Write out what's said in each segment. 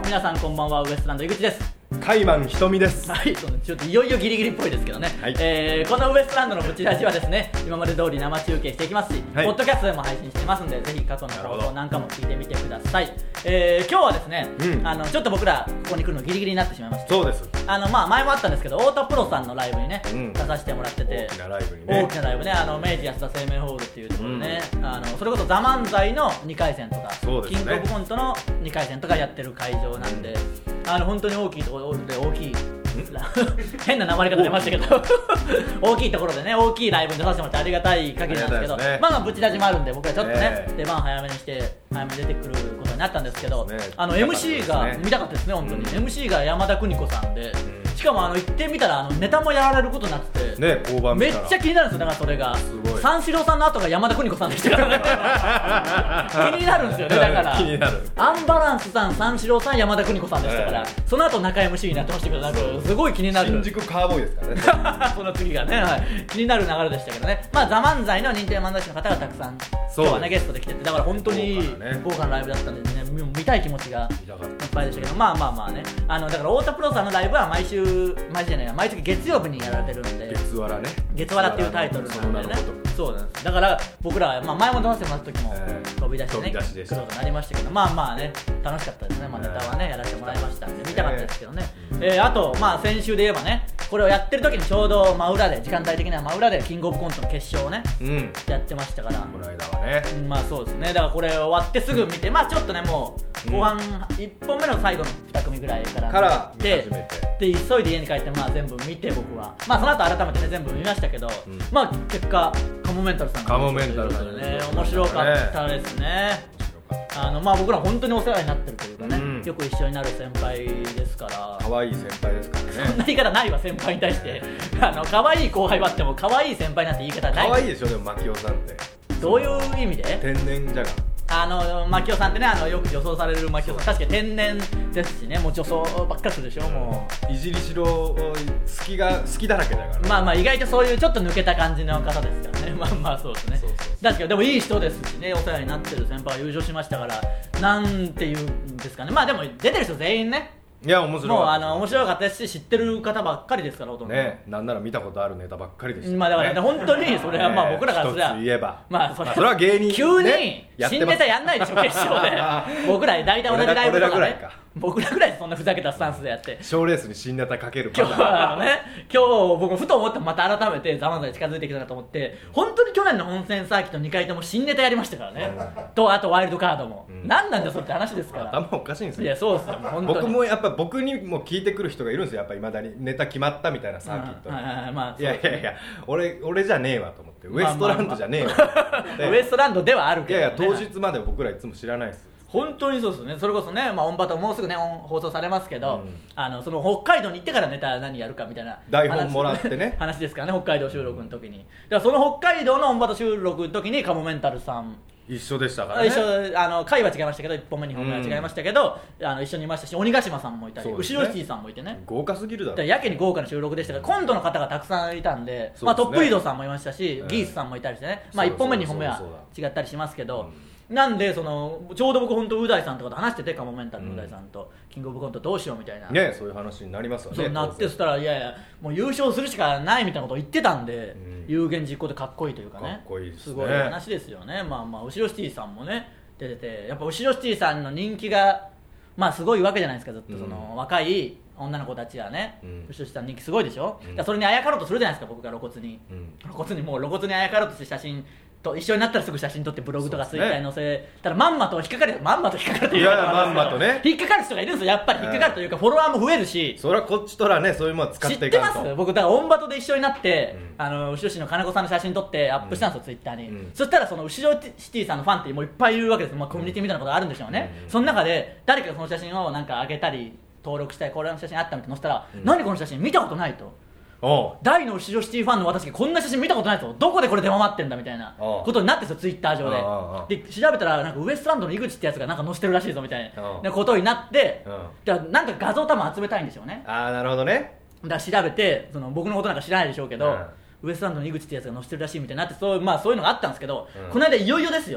皆さんこんばんは、ウエストランド井口です。 カイマンひとみです。 はい、ちょっといよいよギリギリっぽいですけどね、 はい。 このウエストランドのブチラジはですね、今まで通り生中継していきますし、 はい、 ポッドキャストでも配信してますんで、ぜひ過去の放送なんかも聞いてみてください。今日はですね、ちょっと僕らここに来るのギリギリになってしまいました。 そうです。 前もあったんですけど、太田プロさんのライブにね、出させてもらってて、 大きなライブにね、 大きなライブね、明治安田生命ホールっていうところでね、それこそザ漫才の2回戦とか、 そうですね、 キングオブコントの2回戦とかやってる会場なんで、本当に大きいところで大きい変な訛り方出ましたけど大きいところでね、大きいライブに出させてもらってありがたい限りなんですけど、ブチラジもあるんで僕はちょっとね、出番早めにして早めに出てくることになったんですけど、MC が見たかったですね、本当に。MC が山田邦子さんで、しかも行ってみたらネタもやられることになってて、 ね、交番めっちゃ気になるんですよ。だからそれが三四郎さんの後が山田邦子さんでしたからね気になるんですよね。だから気になる。 アンバランスさん、三四郎さん、山田邦子さんでしたから、その後中 MC になってましたけど、なんかすごい気になる。 新宿カーボーイですからねその次がね、はい、気になる流れでしたけどね。ザ漫才の認定漫才師の方がたくさん今日はねゲストで来てて、だから本当に豪華なライブだったんでね、見たい気持ちがいっぱいでしたけど、まあね、だから太田プロさんのライブは毎月月曜日にやられてるんで、 月わらね、 月わらっていうタイトルなんでね、そうなんです。だから僕らは、前も出させてもらった時も飛び出してね、来ることになりましたけど、ね、楽しかったですね。ネタはねやらせてもらいましたんで見たかったですけどね。あと先週で言えばね、これをやってる時にちょうど真裏で、時間帯的には真裏でキングオブコントの決勝をね、やってましたから、 この間はね、 そうですね。だからこれ終わってすぐ見て、ちょっとね、もう後半1本目の最後の2組ぐらいから見始めて、 で急いで家に帰って全部見て、僕はその後改めてね全部見ましたけど、結果カモメンタルさんがね、面白かったですね。僕ら本当にお世話になってるというかね、よく一緒になる先輩ですから。 可愛い先輩ですからね。 そんな言い方ないわ、先輩に対して可愛い後輩はあっても可愛い先輩なんて言い方ない。 可愛いでしょ、でも牧雄さんってどういう意味で？ 天然じゃが牧雄さんってね、よく女装される牧雄さん、確かに天然ですしね、もう女装ばっかりするでしょ、もういじりしろ好きだらけだから、 意外とそういうちょっと抜けた感じの方ですからね。そうですね。確かにでもいい人ですしね、お世話になってる先輩は優勝しましたから、なんていうんですかね、でも出てる人全員ね、 いや面白い、 面白かったですし、知ってる方ばっかりですから、ほとんどね、なんなら見たことあるネタばっかりですよ、 だからね、本当にそれは僕らからすれば、 一つ言えばそれは芸人、 急に新ネタやんないでしょ、決勝で僕ら大体同じライブとかね、僕らぐらいでそんなふざけたスタンスでやって、 賞レースに新ネタかける今日僕ふと思ってまた改めてザ・漫才近づいてきたなと思って、本当に去年の本戦サーキット2回とも新ネタやりましたからねと、あとワイルドカードも、何なんだそれって話ですから。 頭おかしいんですよ。 いや、そうですよ、本当に。 僕もやっぱ僕にも聞いてくる人がいるんですよ、やっぱいまだにネタ決まったみたいなサーキットに。いや俺じゃねえわと思って、ウエストランドじゃねえわウエストランドではあるけど、 いや当日まで僕らいつも知らないです。 本当にそうですね。それこそね、オンバトもうすぐね放送されますけど、その北海道に行ってからネタ何やるかみたいな台本もらってね話ですからね、北海道収録の時に。だからその北海道のオンバト収録の時にカモメンタルさん一緒でしたからね。 回は違いましたけど、1本目2本目は違いましたけど、一緒にいましたし、鬼ヶ島さんもいたり、後ろシティさんもいてね、 豪華すぎるだろ。 やけに豪華な収録でしたから、コントの方がたくさんいたんで、トップリードさんもいましたし、ギースさんもいたりしてね、1本目2本目は違ったりしますけど、なんでちょうど僕本当う大さんとかと話してて、カモメンタルのう大さんと、キングオブコントどうしようみたいなね、そういう話になりますよね。 そうなって、そしたらいやもう優勝するしかないみたいなことを言ってたんで、有言実行でかっこいいというかね、 かっこいいですね。 すごい話ですよね。後ろシティさんもね出てて、やっぱ後ろシティさんの人気がすごいわけじゃないですか。ずっとその若い女の子たちはね、後ろシティさん人気すごいでしょ。それにあやかろうとするじゃないですか、僕が露骨にあやかろうとして写真と一緒になったらすぐ写真撮ってブログとかツイッターに載せたら、まんまと引っかかるっていうか、 まんまとね引っかかる人がいるんですよ。やっぱり引っかかるというか、フォロワーも増えるし、 それはこっちとらね、そういうもの使っていかんと。 知ってます？僕だからオンバトで一緒になって、後ろシティの金子さんの写真撮ってアップしたんですよ、ツイッターに。そしたらその後ろシティさんのファンってもういっぱいいるわけです。コミュニティみたいなことがあるんでしょうね。その中で誰かがその写真をなんか上げたり登録したり、これの写真あったみたいな載せたら、何この写真見たことないと、大の後ろシティファンの私がこんな写真見たことないぞ、どこでこれ出回ってんだみたいなことになってるんですよ、ツイッター上で。で調べたらなんかウエストランドの井口ってやつがなんか載せてるらしいぞみたいなことになって、なんか画像多分集めたいんでしょうね。 なるほどね。 だから調べて、僕のことなんか知らないでしょうけど、ウエストランドの井口ってやつが載せてるらしいみたいになって、そういうのがあったんですけど、この間いよいよですよ、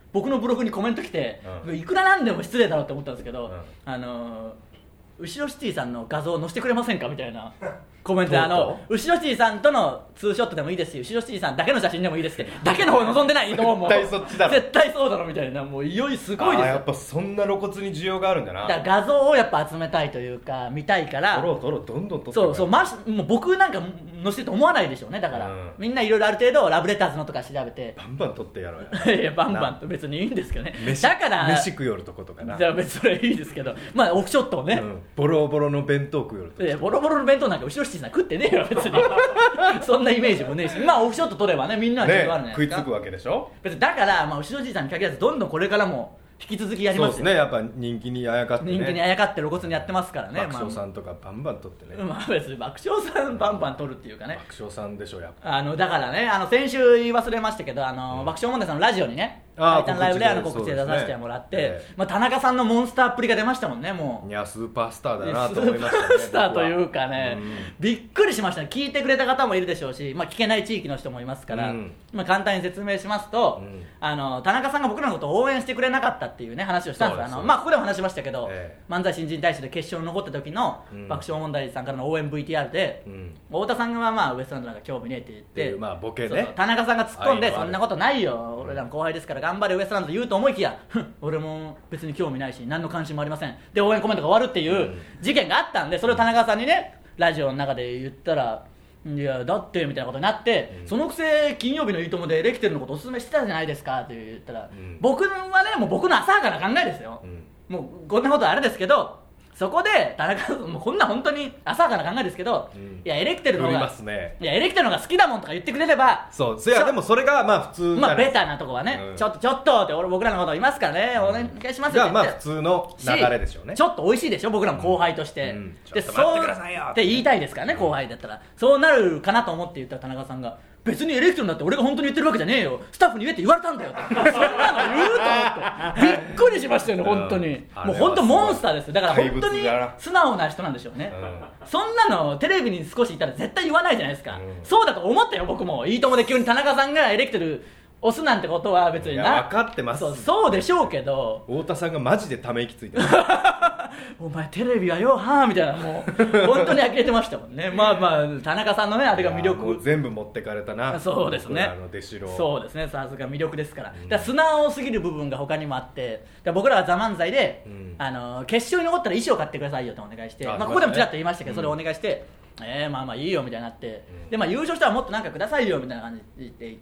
僕のブログにコメント来て、いくらなんでも失礼だろうって思ったんですけど、後ろシティさんの画像を載せてくれませんかみたいなコメントで、後ろシティさんとのツーショットでもいいですし、後ろシティさんだけの写真でもいいですってだけの方望んでないと思う。もう絶対そっちだろ、 絶対そうだろみたいな、もういよいよすごいですよ。 やっぱそんな露骨に需要があるんだな。 だから画像をやっぱ集めたいというか見たいから撮ろうどんどん撮ってそうもう僕なんか載せてると思わないでしょうね。だから、みんないろいろある程度ラブレターズのとか調べてバンバン撮ってやろうよいやバンバンと別にいいんですけどね。だから飯食よるとことかな。 じゃあ別にそれいいですけど、まあオフショットをね、 ボロボロの弁当食よるとボロボロの弁当なんか後ろシティさん食ってねえよ別にそんなイメージもねえし、まあオフショット取ればねみんなはねあるんじゃないですか。 食いつくわけでしょ。 別にだから、まあ、後ろじいさんに限らずどんどんこれからも引き続きやりますよ。 そうですね、やっぱ人気にあやかってね、 人気にあやかって露骨にやってますからね。 爆笑さんとかバンバン撮ってね、 まあ別に爆笑さんバンバン撮るっていうかね、 爆笑さんでしょやっぱ。 だからね、先週言い忘れましたけど、爆笑問題さんのラジオにね、タイタンライブで告知で出させてもらって、まあ、田中さんのモンスターっぷりが出ましたもんね。もういやスーパースターだなと思いましたね。 スーパースターというかね、びっくりしましたね。聞いてくれた方もいるでしょうし、まあ、聞けない地域の人もいますから、まあ、簡単に説明しますと、田中さんが僕らのことを応援してくれなかったっていうね話をしたんです。まあ、ここでも話しましたけど、漫才新人大賞で決勝に残った時の爆笑問題さんからの応援 VTR で、太田さんがまあウエストランドなんか興味ねえって言って、 まあボケね、 そう田中さんが突っ込んで、そんなことないよ、俺らの後輩ですから頑張れウエストランド言うと思いきや、俺も別に興味ないし何の関心もありませんで応援コメントが終わるっていう事件があったんで、それを田中さんにねラジオの中で言ったら、いやだってみたいなことになって、そのくせ金曜日のいいともでレキテルのことおすすめしてたじゃないですかって言ったら、僕はねもう僕の浅はかな考えですよ、もうこんなことはあれですけど、そこで田中さんもうこんな本当に浅はかな考えですけど、いやエレキテルの方が、いやエレキテルの方が好きだもんとか言ってくれれば、 そういやでもそれがまあ普通、 まあベタなとこはね、ちょっとって僕らのこといますからね、お願いしますよって言って、 まあ普通の流れでしょうね。 ちょっと美味しいでしょ僕らも後輩として、 でちょっと待ってくださいよって言いたいですからね、後輩だったらそうなるかなと思って言ったら田中さんが、別にエレクトロンだって俺が本当に言ってるわけじゃねえよ、スタッフに言えって言われたんだよってそんなの言うと思ってびっくりしましたよね本当に、もう本当モンスターですよ。だから本当に素直な人なんでしょうね、そんなのテレビに少しいたら絶対言わないじゃないですか、そうだと思ったよ僕も。いいともで急に田中さんがエレクトル押すなんてことは別にな、 分かってます。 そうでしょうけど、 太田さんがマジでため息ついてるお前テレビはよはーみたいな、もう本当に呆れてましたもんね。まあまあ田中さんのねあれが魅力、 もう全部持ってかれたな。 そうですね、そうですね、さすが魅力ですから、だから素直すぎる部分が他にもあって、僕らは「ザ漫才で、決勝に残ったら衣装買ってくださいよってお願いして、まあ、ここでもちらっと言いましたけど、それをお願いして、まあまあいいよみたいになって、で、まあ、優勝したらもっとなんかくださいよみたいな感じで言って、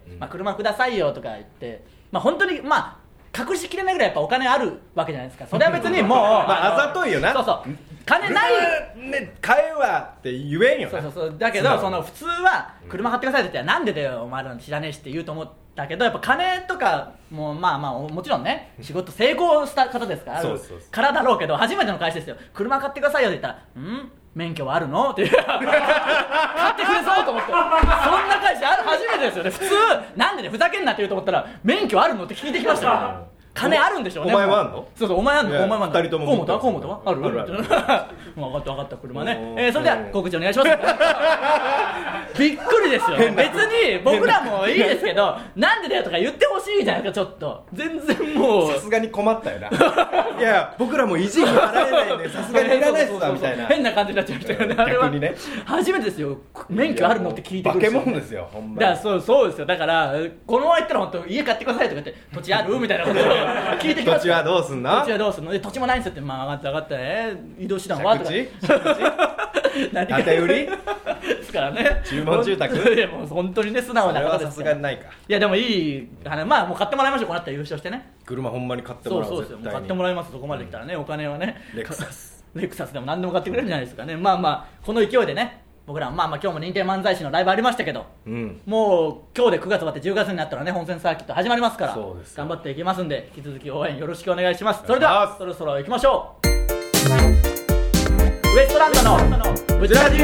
まあ、車くださいよとか言って、まあ、本当にまあ隠しきれないぐらいやっぱお金あるわけじゃないですか。それは別にもうまああざといよな。 そうそう金ないね、買えわって言えんよな。 そうだけどその普通は車買ってくださいって言ったらなんでだよお前らの知らねえしって言うと思ったけど、やっぱ金とかもまあまあもちろんね仕事成功した方ですからからだろうけど、初めての会社ですよ。車買ってくださいよって言ったら免許はあるのって買ってくれそうと思って、そんな会社初めてですよね。普通なんでねふざけんなって言うと思ったら免許あるのって聞いてきましたよ、ね、金あるんでしょうね。 お前はあんの？ そうお前あんの？お前はあんの？ 2人とも河本はある？分かった車ね。それでは告知お願いしますびっくりですよ。別に僕らもいいですけどなんでだよとか言ってほしいじゃないですか。ちょっと全然もうさすがに困ったよないや僕らも維持費払えないんでさすがにいらないっすわみたいな変な感じになっちゃいましたよね。あれは逆にね初めてですよ。免許あるのって聞いてくる化け物ですよほんまに。 だからそうですよ。だからこのまま言ったら本当家買ってくださいとか言って土地あるみたいなことを聞いてきます。 土地はどうすんの？ 土地はどうすんの？土地もないんですよって。まあ分かった移動手段はとか当て売りですからね。 注文住宅いやもう本当にね素直な方ですから。 さすがにないか。 いやでもいいまあもう買ってもらいましょう。こうなったら優勝してね。 車ほんまに買ってもらう。 そうですよ。もう買ってもらいます。そこまで来たらね、お金はねレクサスでも何でも買ってくれるんじゃないですかね。まあまあこの勢いでね僕らまあまあ今日も認定漫才師のライブありましたけど、もう今日で9月終わって10月になったらね本戦サーキット始まりますから、頑張っていきますんで引き続き応援よろしくお願いします。それではそろそろ行きましょう。ウエストランドのブチラジ。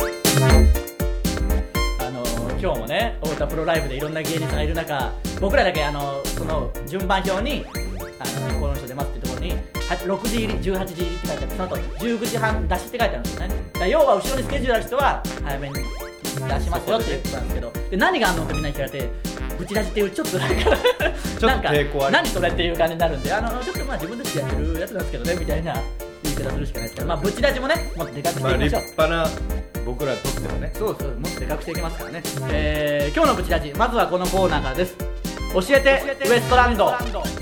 今日もね太田プロライブでいろんな芸人さんがいる中、僕らだけその順番表にこの人出ますっていうところに6時入り18時入りって書いてあって、その後19時半出しって書いてあるんですよね。だから要は後ろにスケジュールある人は早めに出しますよって言ってたんですけど、で何があんのってみんなに聞かれてブチラジっていうちょっとなんかちょっと抵抗ある何それっていう感じになるんで、ちょっとまあ自分たちでやってるやつなんですけどねみたいな言い方するしかないですけど、まあブチラジもねもっとでかくしていきましょう。 立派な僕らにとってもね。 そうもっとでかくしていきますからね。今日のブチラジ、まずはこのコーナーからです。教えてウエストランド。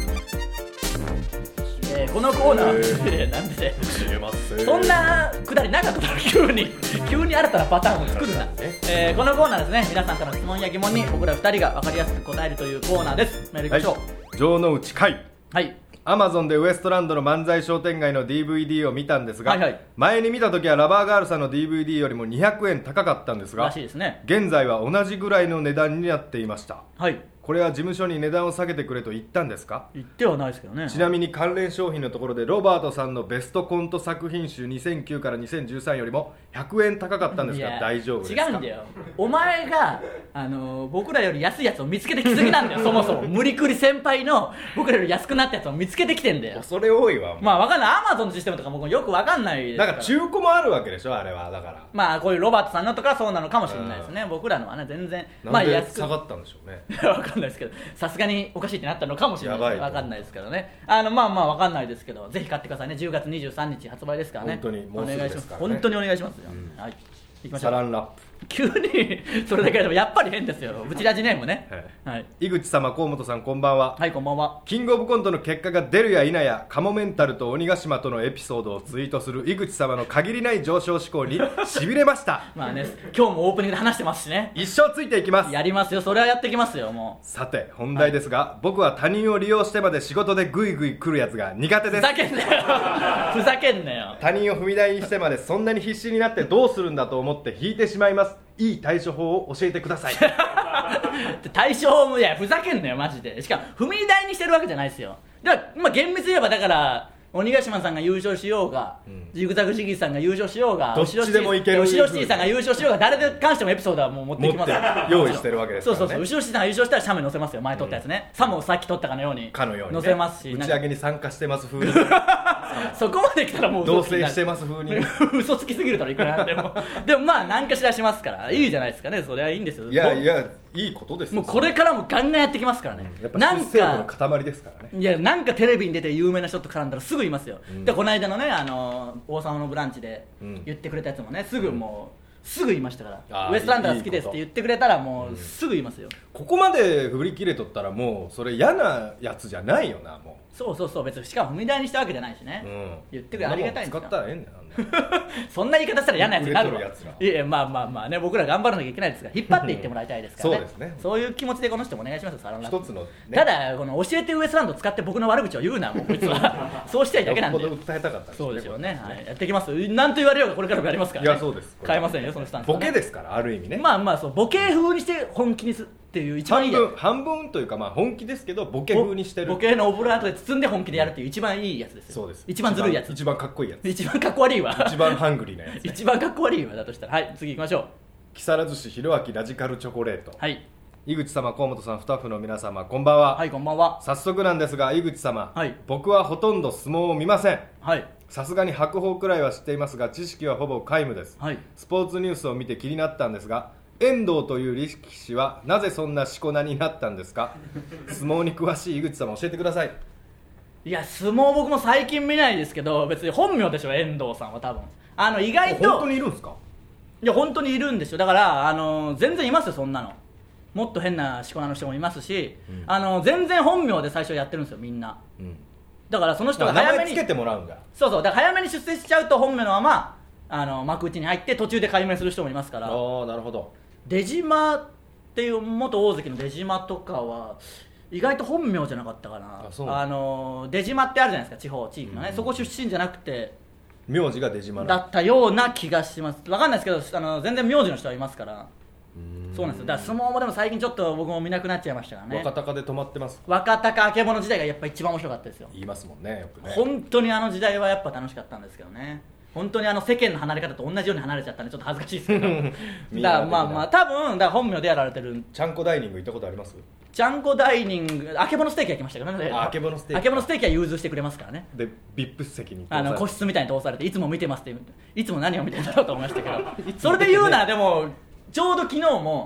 このコーナーなんでそんなくだりなかったの急に新たなパターンを作るな、このコーナーですね、皆さんからの質問や疑問に僕ら2人が分かりやすく答えるというコーナーです。メールいきましょう。 城之内海。 はい。 アマゾンでウエストランドの漫才商店街の DVD を見たんですが、 はいはい、 前に見た時はラバーガールさんの DVD よりも200円高かったんですが、 らしいですね、 現在は同じぐらいの値段になっていました。 はい。 これは事務所に値段を下げてくれと言ったんですか？ 言ってはないですけどね。 ちなみに関連商品のところでロバートさんのベストコント作品集2009から2013よりも100円高かったんですが大丈夫ですか？ 違うんだよ、お前が僕らより安いやつを見つけてきすぎなんだよそもそも無理くり先輩の僕らより安くなったやつを見つけてきてんだよ。 それ多いわ。 まあ分かんない、アマゾンのシステムとか僕よく分かんないですから。 だから中古もあるわけでしょあれは。だからまあこういうロバートさんのとかそうなのかもしれないですね。僕らのはね全然なんで下がったんでしょうね。 分かんないですけど、さすがにおかしいってなったのかもしれないです。分かんないですけどね。まあ分かんないですけど、ぜひ買ってくださいね。10月23日発売ですからね。 本当にもうすぐですからね。 本当にお願いしますよ、はい。行きましょう。 サランラップ急にそれだけでもやっぱり変ですよ。ブチラジネームね、 はい、井口様、河本さん、こんばんは。 はい、こんばんは。 キングオブコントの結果が出るや否やカモメンタルと鬼ヶ島とのエピソードをツイートする井口様の限りない上昇志向にしびれましたまあね、今日もオープニングで話してますしね。 一生ついていきます。 やりますよ、それはやっていきますよ。もうさて本題ですが、はい、僕は他人を利用してまで仕事でグイグイ来るやつが苦手です。 ふざけんなよふざけんなよ。 他人を踏み台にしてまでそんなに必死になってどうするんだと思って引いてしまいます。いい対処法を教えてください対処法も、いやふざけんなよマジで。しかも踏み台にしてるわけじゃないですよ。だから、厳密に言えばだから鬼ヶ島さんが優勝しようが、ジグザグジギーさんが優勝しようが、 どっちでもいける。 後ろシティさんが優勝しようが、誰で関してもエピソードはもう持ってきます。 用意してるわけですからね。 そう後ろシティさんが優勝したらシャメ載せますよ。前撮ったやつね、サムをさっき撮ったかのように載せますし、 打ち上げに参加してます風にそこまで来たらもう同棲してます風に嘘つきすぎるだろいくらでもでもまあ何かしらしますからいいじゃないですかね。それはいいんですよ。 いやいいことですよ。 もうこれからもガンガンやってきますからね、 やっぱ出世の塊ですからね。 いやなんかテレビに出て有名な人と絡んだらすぐ言いますよ、でこの間のね王様のブランチで言ってくれたやつもね、すぐ言いましたから、ウエストランドが好きですって言ってくれたらもうすぐ言いますよ。 ここまで振り切れとったらもうそれ嫌なやつじゃないよな。もうそう別にしかも踏み台にしたわけじゃないしね、言ってくれありがたいんですよ。 使ったらええんだよそんな言い方したら嫌なやつになるわ。いやまあね、僕ら頑張らなきゃいけないですから引っ張っていってもらいたいですからねそうですね。 そういう気持ちでこの人もお願いしますよ。サランラップ一つの、ね、 ただこの教えてウエストランド使って僕の悪口を言うなもうこいつはそうしたいだけなんで。 よっぽど訴えたかったんですね。 そうですよね、はい、やっていきますよ。なんと言われようがこれからもやりますからね。 いやそうです。 変えませんよそのスタンス、 ボケですからある意味ね。 まあそうボケ風にして本気にするっていう一番いい半分というかまあ本気ですけどボケ風にしてる。 ボケのオブラートで包んで本気でやるっていう一番いいやつですよ。 そうです。 一番ずるいやつ。 一番かっこいいやつ。 一番かっこ悪いわ。 一番ハングリーなやつ、ね、 一番かっこ悪いわだとしたら。はい、次行きましょう。 木更津市ひろあきラジカルチョコレート。 はい。 井口様、河本さん、スタッフの皆様こんばんは。 はい、こんばんは。 早速なんですが井口様、 はい、 僕はほとんど相撲を見ません。 はい。 さすがに白鵬くらいは知っていますが知識はほぼ皆無です、 はい、 スポーツニュースを見て気になったんですが遠藤という力士はなぜそんなしこ名になったんですか相撲に詳しい井口様教えてください。 いや相撲僕も最近見ないですけど別に本名でしょ遠藤さんは多分意外と本当にいるんですか。 いや本当にいるんですよ。だから全然いますよそんなの。もっと変なしこ名の人もいますし、全然本名で最初やってるんですよみんな、だからその人が早めに名前つけてもらうんだ。 そうだから早めに出世しちゃうと本名のまま幕内に入って途中で改名する人もいますから。 なるほど。 出島っていう元大関の出島とかは意外と本名じゃなかったかな。出島ってあるじゃないですか地域のね、そこ出身じゃなくて名字が出島だったような気がします。分かんないですけど全然名字の人はいますから。そうなんですよ。だから相撲もでも最近ちょっと僕も見なくなっちゃいましたからね。 若隆で止まってます。 若隆曙の時代がやっぱ一番面白かったですよ。 言いますもんねよくね。 本当に時代はやっぱ楽しかったんですけどね。本当に世間の離れ方と同じように離れちゃったんでちょっと恥ずかしいですけどだからまあ多分本名でやられてる。 ちゃんこダイニング行ったことあります？ ちゃんこダイニングあけぼのステーキ焼きましたけどね。 あけぼのステーキは融通してくれますからね。 でビップ席に個室みたいに通されていつも見てますっていつも何を見てるんだろうと思いましたけどそれで言うならでもちょうど昨日も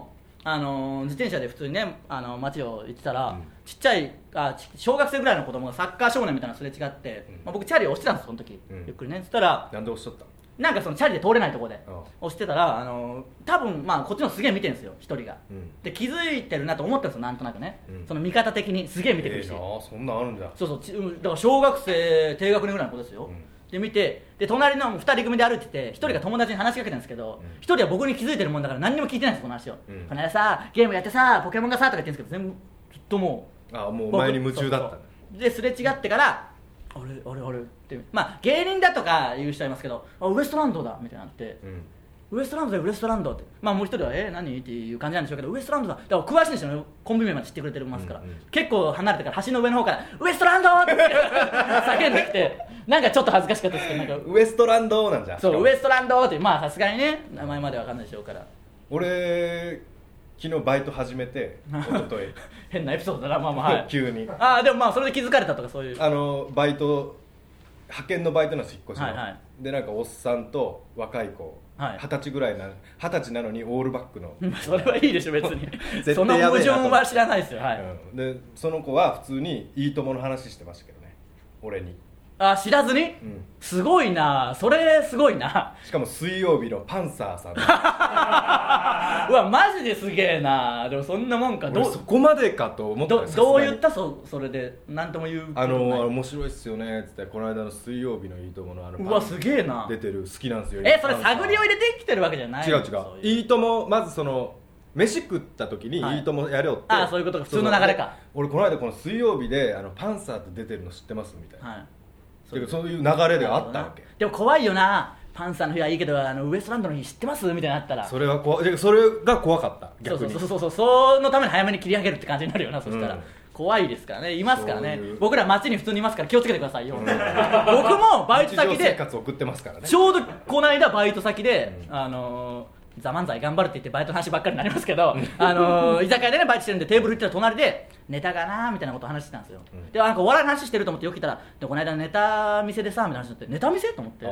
自転車で普通にね街を行ってたら、ちっちゃい小学生ぐらいの子供がサッカー少年みたいなのすれ違って、僕チャリを押してたんですその時、ゆっくりね。そしたらなんで押しとった？ なんかそのチャリで通れないところで押してたら、多分こっちのすげえ見てるんですよ一人が、で気づいてるなと思ったんですよなんとなくね、その見方的にすげえ見てくるし、 そんなんあるんだ。 そうだから小学生低学年ぐらいの子ですよ、で見て、で隣の2人組で歩いてて、1人が友達に話しかけたんですけど、1人は僕に気づいてるもんだから何にも聞いてないんですこの話を、この間さゲームやってさポケモンがさとか言ってるんですけど、全部ずっともう前に夢中だったんだ。 ですれ違ってからあれって芸人だとか言う人はいますけど、ウエストランドだみたいになって、ウエストランドだよウエストランドって、もう一人は何っていう感じなんでしょうけど、ウエストランドだだから詳しいんですよね、コンビ名まで知ってくれてますから、結構離れてから橋の上の方からウエストランドって叫んできて、なんかちょっと恥ずかしかったですけど、なんかウエストランドなんじゃん。 そうウエストランドってさすがにね名前までわかんないでしょうから。 俺昨日バイト始めて一昨日変なエピソードだな。はい、 急にでもそれで気づかれたとかそういうバイト派遣のバイトなんです引っ越しの、 はいはい、 でなんかおっさんと若い子、20歳ぐらい20歳なのにオールバックのそれはいいでしょ別にその矛盾は知らないですよ、 でその子は普通にいいともの話してましたけどね俺に。 知らずに、すごいな、それすごいな。 しかも水曜日のパンサーさんうわマジですげえな。でもそんなもんか。 そこまでかと思ったんです。 どう言った？それで何とも言うことない。 面白いっすよねっつって、この間の水曜日のいいとものうわすげえな出てる好きなんですよ。 それ探りを入れてきてるわけじゃない？ 違ういいとも、まずその飯食った時にいいともやれよって、 そういうことか、普通の流れか。 俺この間この水曜日でパンサーって出てるの知ってますみたいな、そういう流れであったわけ。 でも怖いよな、パンサーの日はいいけどウエストランドの日知ってますみたいになったら、 それが怖かった逆に。 そのために早めに切り上げるって感じになるよな、そしたら怖いですからね。いますからね、僕ら街に普通にいますから気をつけてくださいよ僕もバイト先で生活を送ってますからね。 ちょうどこの間バイト先でザ・漫才頑張るって言ってバイトの話ばっかりになりますけど居酒屋でねバイトしてるんで、テーブル行ったら隣でネタがなーみたいなことを話してたんですよ、でなんかお笑いの話してると思ってよく聞いたら、でこの間ネタ見せでさみたいな話になって、ネタ見せと思って、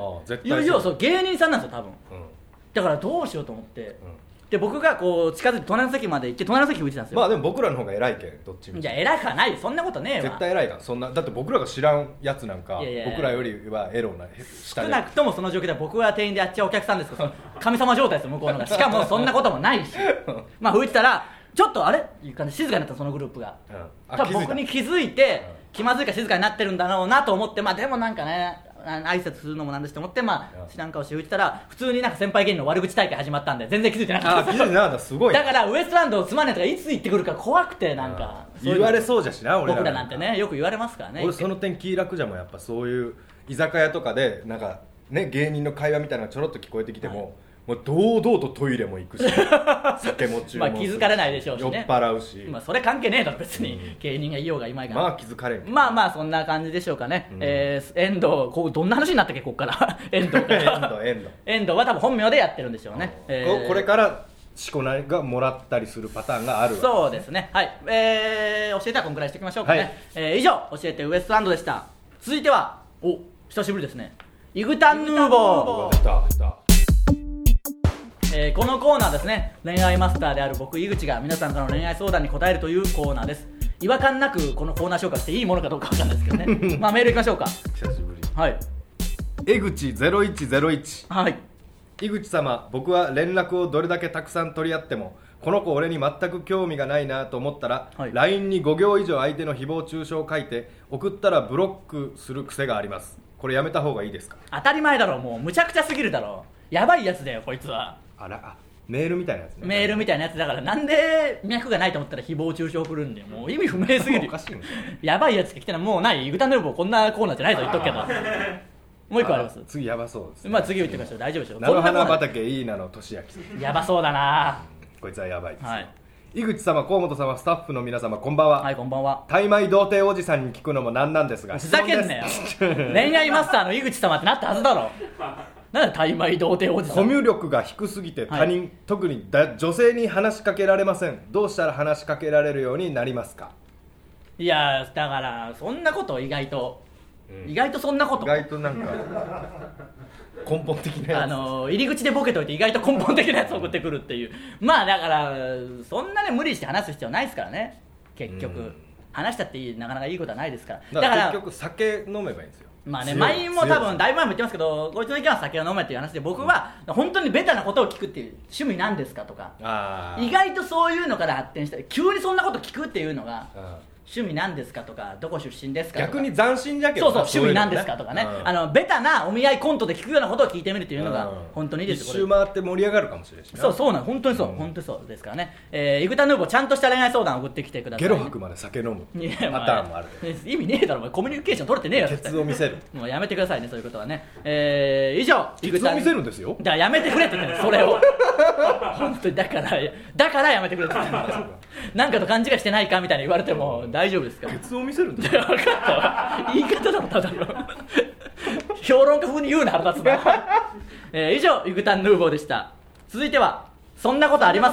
いよいよそう芸人さんなんですよ多分、だからどうしようと思って、で僕がこう近づいて隣の席まで行って隣の席向いてたんですよ。 でも僕らの方が偉いけんどっちみいや偉くはない、そんなことねえわ。 絶対偉いからそんな。だって僕らが知らんやつなんか僕らよりはエロな少なくともその状況では僕は店員であっちはお客さんですけど神様状態ですよ向こうのが。しかもそんなこともないし吹いてたらちょっとあれいう感じ静かになったそのグループが、多分僕に気づいて気まずいか静かになってるんだろうなと思って、でもなんかね挨拶するのもなんですと思って、知らん顔して吹いてたら普通になんか先輩芸人の悪口大会始まったんで全然気づいてなかったです。 すごい。 だからウエストランドつまんねえとかいつ言ってくるか怖くて、なんか言われそうじゃしな俺ら。 僕らなんてねよく言われますからね。 俺その点気楽じゃもやっぱそういう居酒屋とかでなんかね芸人の会話みたいなのがちょろっと聞こえてきても、もう堂々とトイレも行くし酒も注文するし、気づかれないでしょうしね、酔っ払うし、それ関係ねえだろ別に、芸人がいようがいまいが気づかれん。 そんな感じでしょうかね、遠藤どんな話になったっけこっから遠藤は多分本名でやってるんでしょうね、 これからしこないがもらったりするパターンがあるわけ。 そうですね、はい、教えたらこんくらいしておきましょうかね、以上教えてウエストランドでした。続いては久しぶりですね、イグタンヌーボー。このコーナーですね、恋愛マスターである僕井口が皆さんからの恋愛相談に答えるというコーナーです。違和感なくこのコーナー紹介していいものかどうかわかんないですけどねメールいきましょうか。 久しぶり。 はい、 江口0101。 はい、 井口様、僕は連絡をどれだけたくさん取り合ってもこの子俺に全く興味がないなと思ったら、LINE に5行以上相手の誹謗中傷を書いて送ったらブロックする癖があります。これやめた方がいいですか？ 当たり前だろ、もうむちゃくちゃすぎるだろ、やばいやつだよこいつは。 メールみたいなやつね。 メールみたいなやつだから、なんで脈がないと思ったら誹謗中傷送るんで、もう意味不明すぎるおかしいんやばいやつが来てるのもうない。イグタンヌーボーこんなコーナーじゃないと言っとくけどもう一個あります。 次やばそうですね。 次言ってみましょう。大丈夫でしょう。 菜の花畑いいなの俊明さん。 やばそうだなこいつはやばいです、 はい、 井口様、河本様、スタッフの皆様、こんばんは。 はい、こんばんは。 タイマイ童貞おじさんに聞くのもなんなんですが、 ふざけんなよ恋愛マスターの井口様ってなったはずだろなんだタイマイ童貞おじさん。 コミュ力が低すぎて他人、特に女性に話しかけられません。どうしたら話しかけられるようになりますか？ いやだからそんなこと意外と意外とそんなこと意外となんか根本的なやつ入り口でボケといて意外と根本的なやつを送ってくるっていうまあだからそんなね無理して話す必要ないですからね結局、話したってなかなかいいことはないですからだから結局酒飲めばいいんですよ。 まあね、前も多分だいぶ前も言ってますけどこいつの意見は酒を飲めっていう話で僕は本当にベタなことを聞くっていう趣味なんですかとか意外とそういうのから発展して急にそんなこと聞くっていうのが趣味なんですかとかどこ出身ですかとか逆に斬新だけどそう趣味なんですかとかねベタなお見合いコントで聞くようなことを聞いてみるっていうのが本当にいいです一周回って盛り上がるかもしれないしそうなん本当にそう、本当にそうですからねイグタヌーボーちゃんとした恋愛相談を送ってきてください、 ゲロ吐くまで酒飲むパターンもある意味ねえだろお前コミュニケーション取れてねえよケツを見せるもうやめてくださいねそういうことはね以上ケツを見せるんですよだからやめてくれって言ってるそれを本当にだからやめてくれって言ってるなんかと勘違いしてないかみたいに言われても大丈夫ですからケツを見せるんですよ分かったわ言い方だろただの評論家風に言うな腹立つな以上イグタンヌーボーでした。続いてはそんなことあります？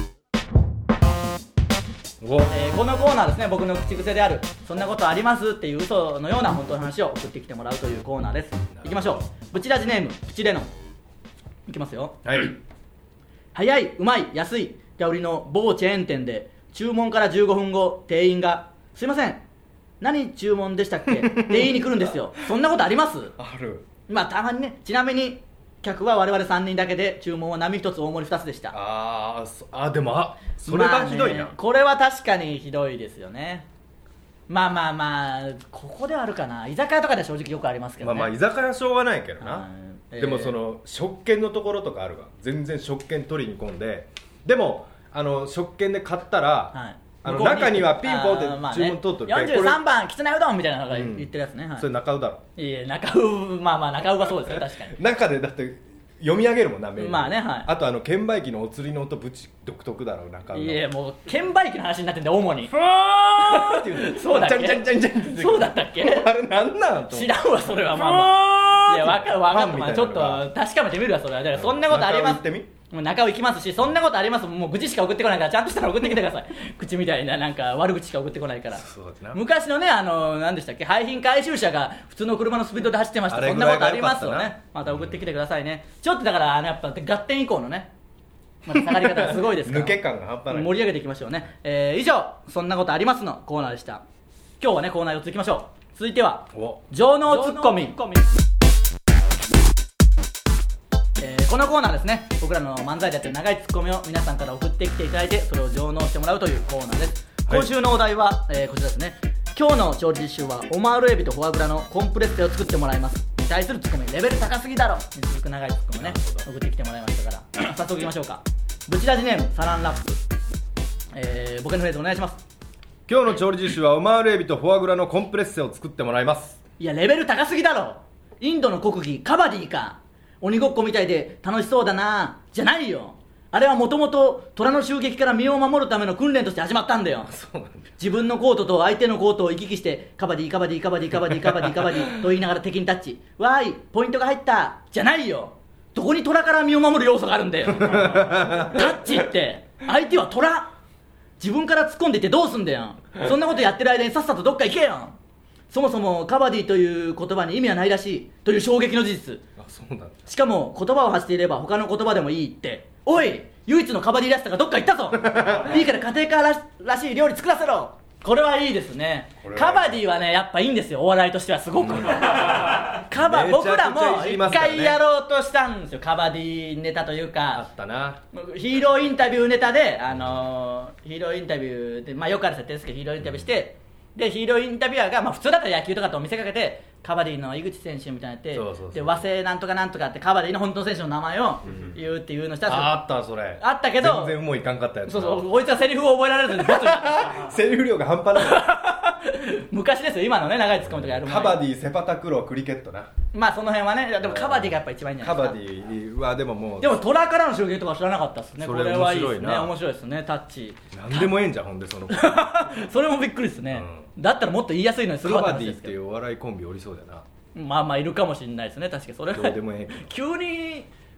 このコーナーですね僕の口癖であるそんなことありますっていう嘘のような本当の話を送ってきてもらうというコーナーです。いきましょう。ブチラジネームプチレノンいきますよ。 はい早い、うまい、安いが売りの某チェーン店で注文から15分後店員がすいません何注文でしたっけ店員に来るんですよ。そんなことあります？ ある。 まあたまにね。ちなみに客は我々3人だけで注文は波1つ大盛り2つでした。 でもそれがひどいな、 これは確かにひどいですよね。まあここではあるかな。居酒屋とかでは正直よくありますけどね。 居酒屋はしょうがないけどな、でもその食券のところとかあるわ。全然食券取りに込んででも食券で買ったら、中にはピンポンって注文取っとる、 43番きつねうどんみたいなのが言ってるやつね、 それ中うだろ。 いや中う中うはそうですよ確かに中でだって読み上げるもんなメニュー。 まあね、はい。 あと券売機のお釣りの音ぶち独特だろう中う。 いやもう券売機の話になってんだ主に。 ふわーって言う。 そうだっけ？そうだったっけ？ あれなんなんと。 知らんわそれは。いや分かったちょっと確かめてみるわそれは。だからそんなことあります。もう中尾行きますしそんなことあります。もう愚痴しか送ってこないからちゃんとしたの送ってきてください。口みたいななんか悪口しか送ってこないから。昔のね何でしたっけ廃品回収車が普通の車のスピードで走ってました。そんなことありますよね。また送ってきてくださいね。ちょっとだからやっぱ合点以降のねまた下がり方がすごいですから抜け感が半端ない。 盛り上げていきましょうね。以上そんなことありますのコーナーでした。今日はねコーナー4ついきましょう。続いては情能ツッコミ。このコーナーですね僕らの漫才でやってる長いツッコミを皆さんから送ってきていただいてそれを上納してもらうというコーナーです。今週のお題は、こちらですね。今日の調理実習はオマールエビとフォアグラのコンプレッセを作ってもらいますに対するツッコミ。レベル高すぎだろに続く長いツッコミをね送ってきてもらいましたから早速いきましょうか。ブチラジネームサランラップ、ボケのフレーズお願いします。 今日の調理実習はオマールエビとフォアグラのコンプレッセを作ってもらいます。 いやレベル高すぎだろ。インドの国技カバディか。鬼ごっこみたいで楽しそうだなじゃないよ。あれはもともと虎の襲撃から身を守るための訓練として始まったんだよ。 そうなんだ。 自分のコートと相手のコートを行き来してカバディカバディカバディカバディカバディカバディと言いながら敵にタッチ。わーいポイントが入ったじゃないよ。どこに虎から身を守る要素があるんだよタッチって相手は虎。自分から突っ込んでいってどうすんだよ。そんなことやってる間にさっさとどっか行けよ。そもそもカバディという言葉に意味はないらしいという衝撃の事実。 そうなんだ。 しかも言葉を発していれば他の言葉でもいいって。おい唯一のカバディらしさがどっか行ったぞいいから家庭科らしい料理作らせろ。これはいいですね。カバディはねやっぱいいんですよお笑いとしてはすごく僕らも一回やろうとしたんですよカバディネタというか。 あったな。 ヒーローインタビューネタでヒーローインタビューでよくある設定ですけどヒーローインタビューして、でヒーローインタビュアーが、普通だったら野球とかと見せかけてカバディの井口選手みたいなやってで和製なんとかなんとかってカバディの本当の選手の名前を言うっていうのしたら、 あったそれあったけど全然もういかんかったやつ。 そうこいつはセリフを覚えられるんでボツになったセリフ量が半端ない昔ですよ今のね長いツッコミとかやる前カバディセパタクロークリケットな。 その辺はね。でもカバディがやっぱ一番いいんじゃないですか。 カバディはでも虎からの襲撃とか知らなかったですね。これはいいですね。面白いですねタッチ。 なんでもええんじゃんほんでそのそれもびっくりですね、だったらもっと言いやすいのにするわカバディっていうお笑いコンビおりそうだな。 いるかもしれないですね確かに。それはどうでもええ急に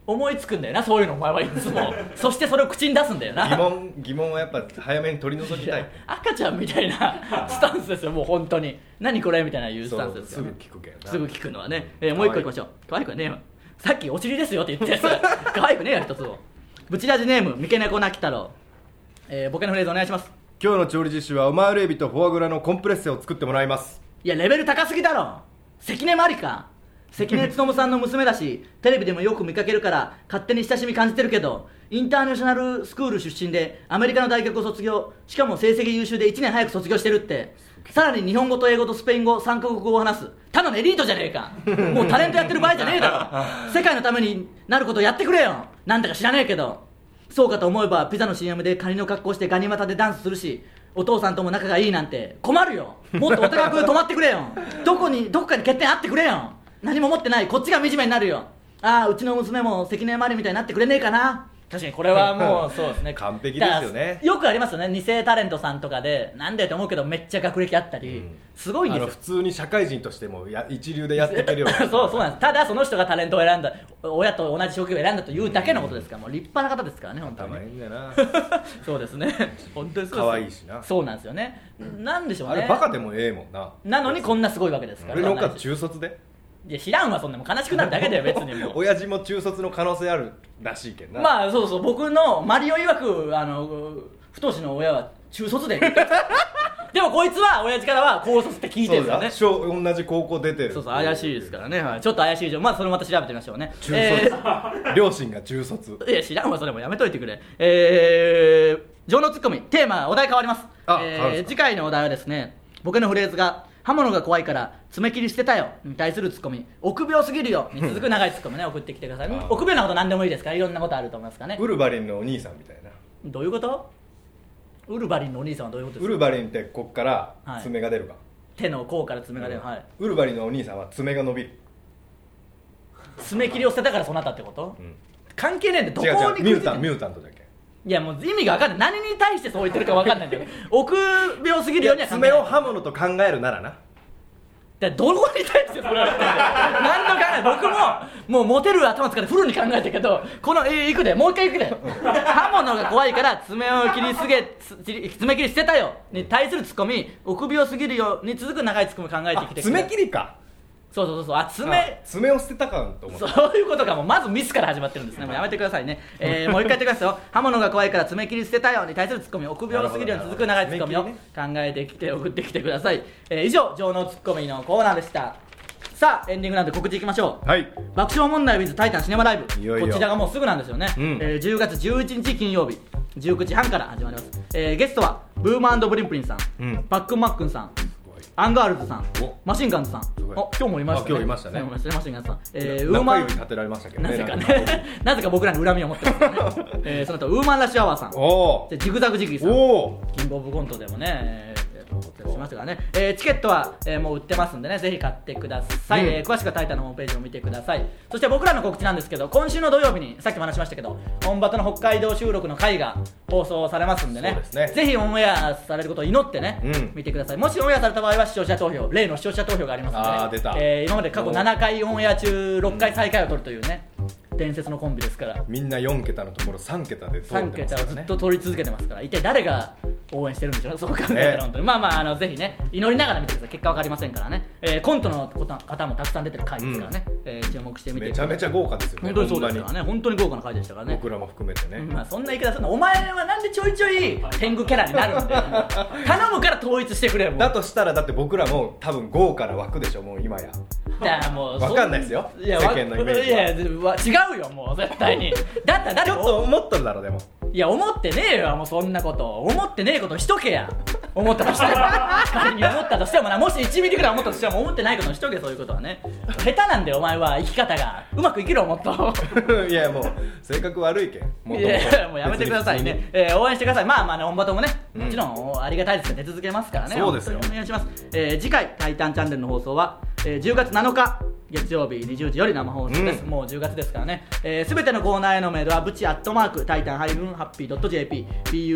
思いつくんだよな、そういうのお前はいつもそしてそれを口に出すんだよな。 疑問はやっぱ早めに取り除きたい。 赤ちゃんみたいなスタンスですよ、もう本当に。何これみたいな言うスタンスですよ、ね、 すぐ聞くけどな。 すぐ聞くのはね。もう一個いきましょう。可愛くねえよ、さっきお尻ですよって言ってやつ可愛くねえよ一つを。ブチラジネーム三毛猫泣き太郎、ボケのフレーズお願いします。 今日の調理実習はオマールエビとフォアグラのコンプレッセを作ってもらいます。 いやレベル高すぎだろ、関根麻里か。関根勤さんの娘だしテレビでもよく見かけるから勝手に親しみ感じてるけど、インターナショナルスクール出身でアメリカの大学を卒業、しかも成績優秀で1年早く卒業してるって、さらに日本語と英語とスペイン語3カ国語を話す、ただのエリートじゃねえかもうタレントやってる場合じゃねえだろ世界のためになることをやってくれよ。なんだか知らねえけど。そうかと思えばピザの CM でカニの格好してガニ股でダンスするし、お父さんとも仲がいいなんて困るよ。もっとお高く泊まってくれよどこかに欠点あってくれよ。何も持ってないこっちが惨めになるよ。ああうちの娘も関根麻里みたいになってくれねえかな。確かにこれはもうそうですね完璧ですよね。 よくありますよね、偽タレントさんとかでなんでと思うけどめっちゃ学歴あったり、すごいんですよ。 普通に社会人としても一流でやっていけるようなそうなんです。ただその人がタレントを選んだ、親と同じ職業を選んだというだけのことですから、もう立派な方ですからね本当に。 頭いいんだよなそうですね本当にそうです。 可愛いしな。 そうなんですよね。なんでしょうね、 あれバカでもええもんな。 なのにこんなすごいわけですから。 俺のおか中卒で。 いや知らんわ、そんなもん悲しくなるだけだよ別にもう親父も中卒の可能性あるらしいけどな。 まあそう僕のマリオ曰く太の親は中卒ででもこいつは親父からは高卒って聞いてるからね。 同じ高校出てる。 そう怪しいですからね、はい、ちょっと怪しい以上、まずそれまた調べてみましょうね。 中卒、両親が中卒。 いや知らんわそれもやめといてくれ。情のツッコミテーマお題変わります。次回のお題はですね、僕のフレーズが刃物が怖いから爪切り捨てたよに対するツッコミ、臆病すぎるよに続く長いツッコミね送ってきてください。臆病なこと何でもいいですから、いろんなことあると思いますからね。 ウルヴァリンのお兄さんみたいな。 どういうこと？ウルヴァリンのお兄さんはどういうことですか？ ウルヴァリンってこっから爪が出るか、 手の甲から爪が出る、はい。 ウルヴァリンのお兄さんは爪が伸びる。 爪切りを捨てたからそうなったってこと？関係ねえんで、どこに違うミュータントだけ。 いやもう意味が分かんない、何に対してそう言ってるか分かんないんだけど臆病すぎるようには考えない。 爪を刃物と考えるならな。 どこに対してそれは何度考えない。僕ももうモテる頭使ってフルに考えたけど、この行くでもう一回行くで刃物が怖いから爪切り捨てたよに対するツッコミ、臆病すぎるよに続く長いツッコミ考えてきて。 爪切りか。 そう爪を捨てたかと思って。 そういうことか。もうまずミスから始まってるんですね。もうやめてくださいね。もう一回言ってくださいよ。刃物が怖いから爪切り捨てたよに対するツッコミ、臆病すぎるように続く長いツッコミを考えてきて送ってきてください。以上情のツッコミのコーナーでした。さあエンディングなんで告知いきましょう。 はい。 爆笑問題 with タイタンシネマライブ、 いよいよこちらがもうすぐなんですよね。10月11日金曜日19時半から始まります。ゲストはブーマー&ブリンプリンさん、パックンマックンさん、アンガールズさん、マシンガンズさん、今日もいましたね。 今日いましたね。 マシンガンズさん、ウーマン指立てられましたけどね。 なぜか僕らに恨みを持ってますからね。その後ウーマンラッシュアワーさん、ジグザグジギーさん、キングオブコントでもねしましたからね。チケットは、もう売ってますんでね、ぜひ買ってください。詳しくはタイタンのホームページを見てください。そして僕らの告知なんですけど、今週の土曜日にさっきも話しましたけど、オンバトの北海道収録の回が放送されますんでね、ぜひオンエアされることを祈ってね、見てください。もしオンエアされた場合は視聴者投票、例の視聴者投票がありますので、今まで過去7回オンエア中6回最下位を取るというね、伝説のコンビですから。 みんな4桁のところ3桁で通ってますからね。 3桁をずっと取り続けてますから、一体誰が応援してるんでしょう。そう考えたら本当に、ぜひね祈りながら見てください。結果わかりませんからね。コントの方もたくさん出てる回ですからね、注目してみてください。 めちゃめちちゃ豪華ですよね。 本当にそうですからね。本当に豪華な回でしたからね。 僕らも含めてね。 そんな言い方するの。お前はなんでちょいちょい天狗キャラになるんだよ。頼むから統一してくれよ。 だとしたらだって僕らも多分豪華な枠でしょもう今や。 もう分かんないですよ。世間のイメージは。 違うよもう絶対に。だったら誰ちょっと思っとるだろでも。 いや思ってねえよもうそんなこと。思ってねえことしとけや。思ったとしても仮に思ったとしてもな、もし1ミリぐらい思ったとしても思ってないことにしとけ。そういうことはね。下手なんだよお前は生き方が。うまく生きろもっと。 いやもう性格悪いけん。 いやもうやめてくださいね。応援してください。オンバトもねもちろんありがたいですが出続けますからね。 そうですよ。 お願いします。次回タイタンチャンネルの放送は 10月7日月曜日20時より生放送です、もう10月ですからね。すべてのコーナーへのメールはブチ@titan-happy.jp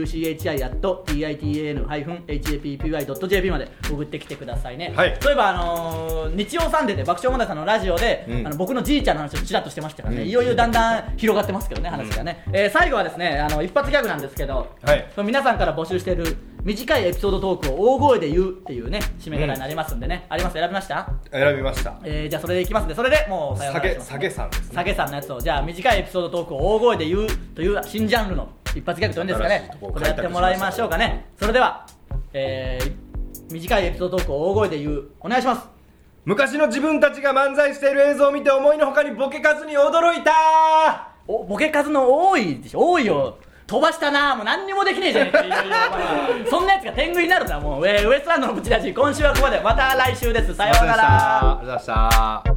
buchi@titan-happy.jp まで送ってきてくださいね、はい、そういえば日曜サンデーで爆笑問題さんのラジオで、僕のじいちゃんの話をちらっとしてましたからね、いよいよだんだん広がってますけどね、話がね、最後はですね一発ギャグなんですけど、はい、皆さんから募集している短いエピソードトークを大声で言うっていうね締め方になりますんでね、あります。選びました？ 選びました。 じゃあそれでいきますんで、それでもうさよならします、ね、下げさんですね。 下げさんのやつをじゃあ短いエピソードトークを大声で言うという新ジャンルの一発ギャグというんですかね、これやってもらいましょうかね。それでは、短いエピソードトークを大声で言う、お願いします。 昔の自分たちが漫才している映像を見て思いのほかにボケ数に驚いた。 ボケ数の多いでしょ。多いよ、飛ばしたな、もう何にもできねえじゃねえかそんなやつが天狗になるんだもう。ウエストランドのブチラジ、今週はここまで、また来週です。さようなら。 ありがとうございました。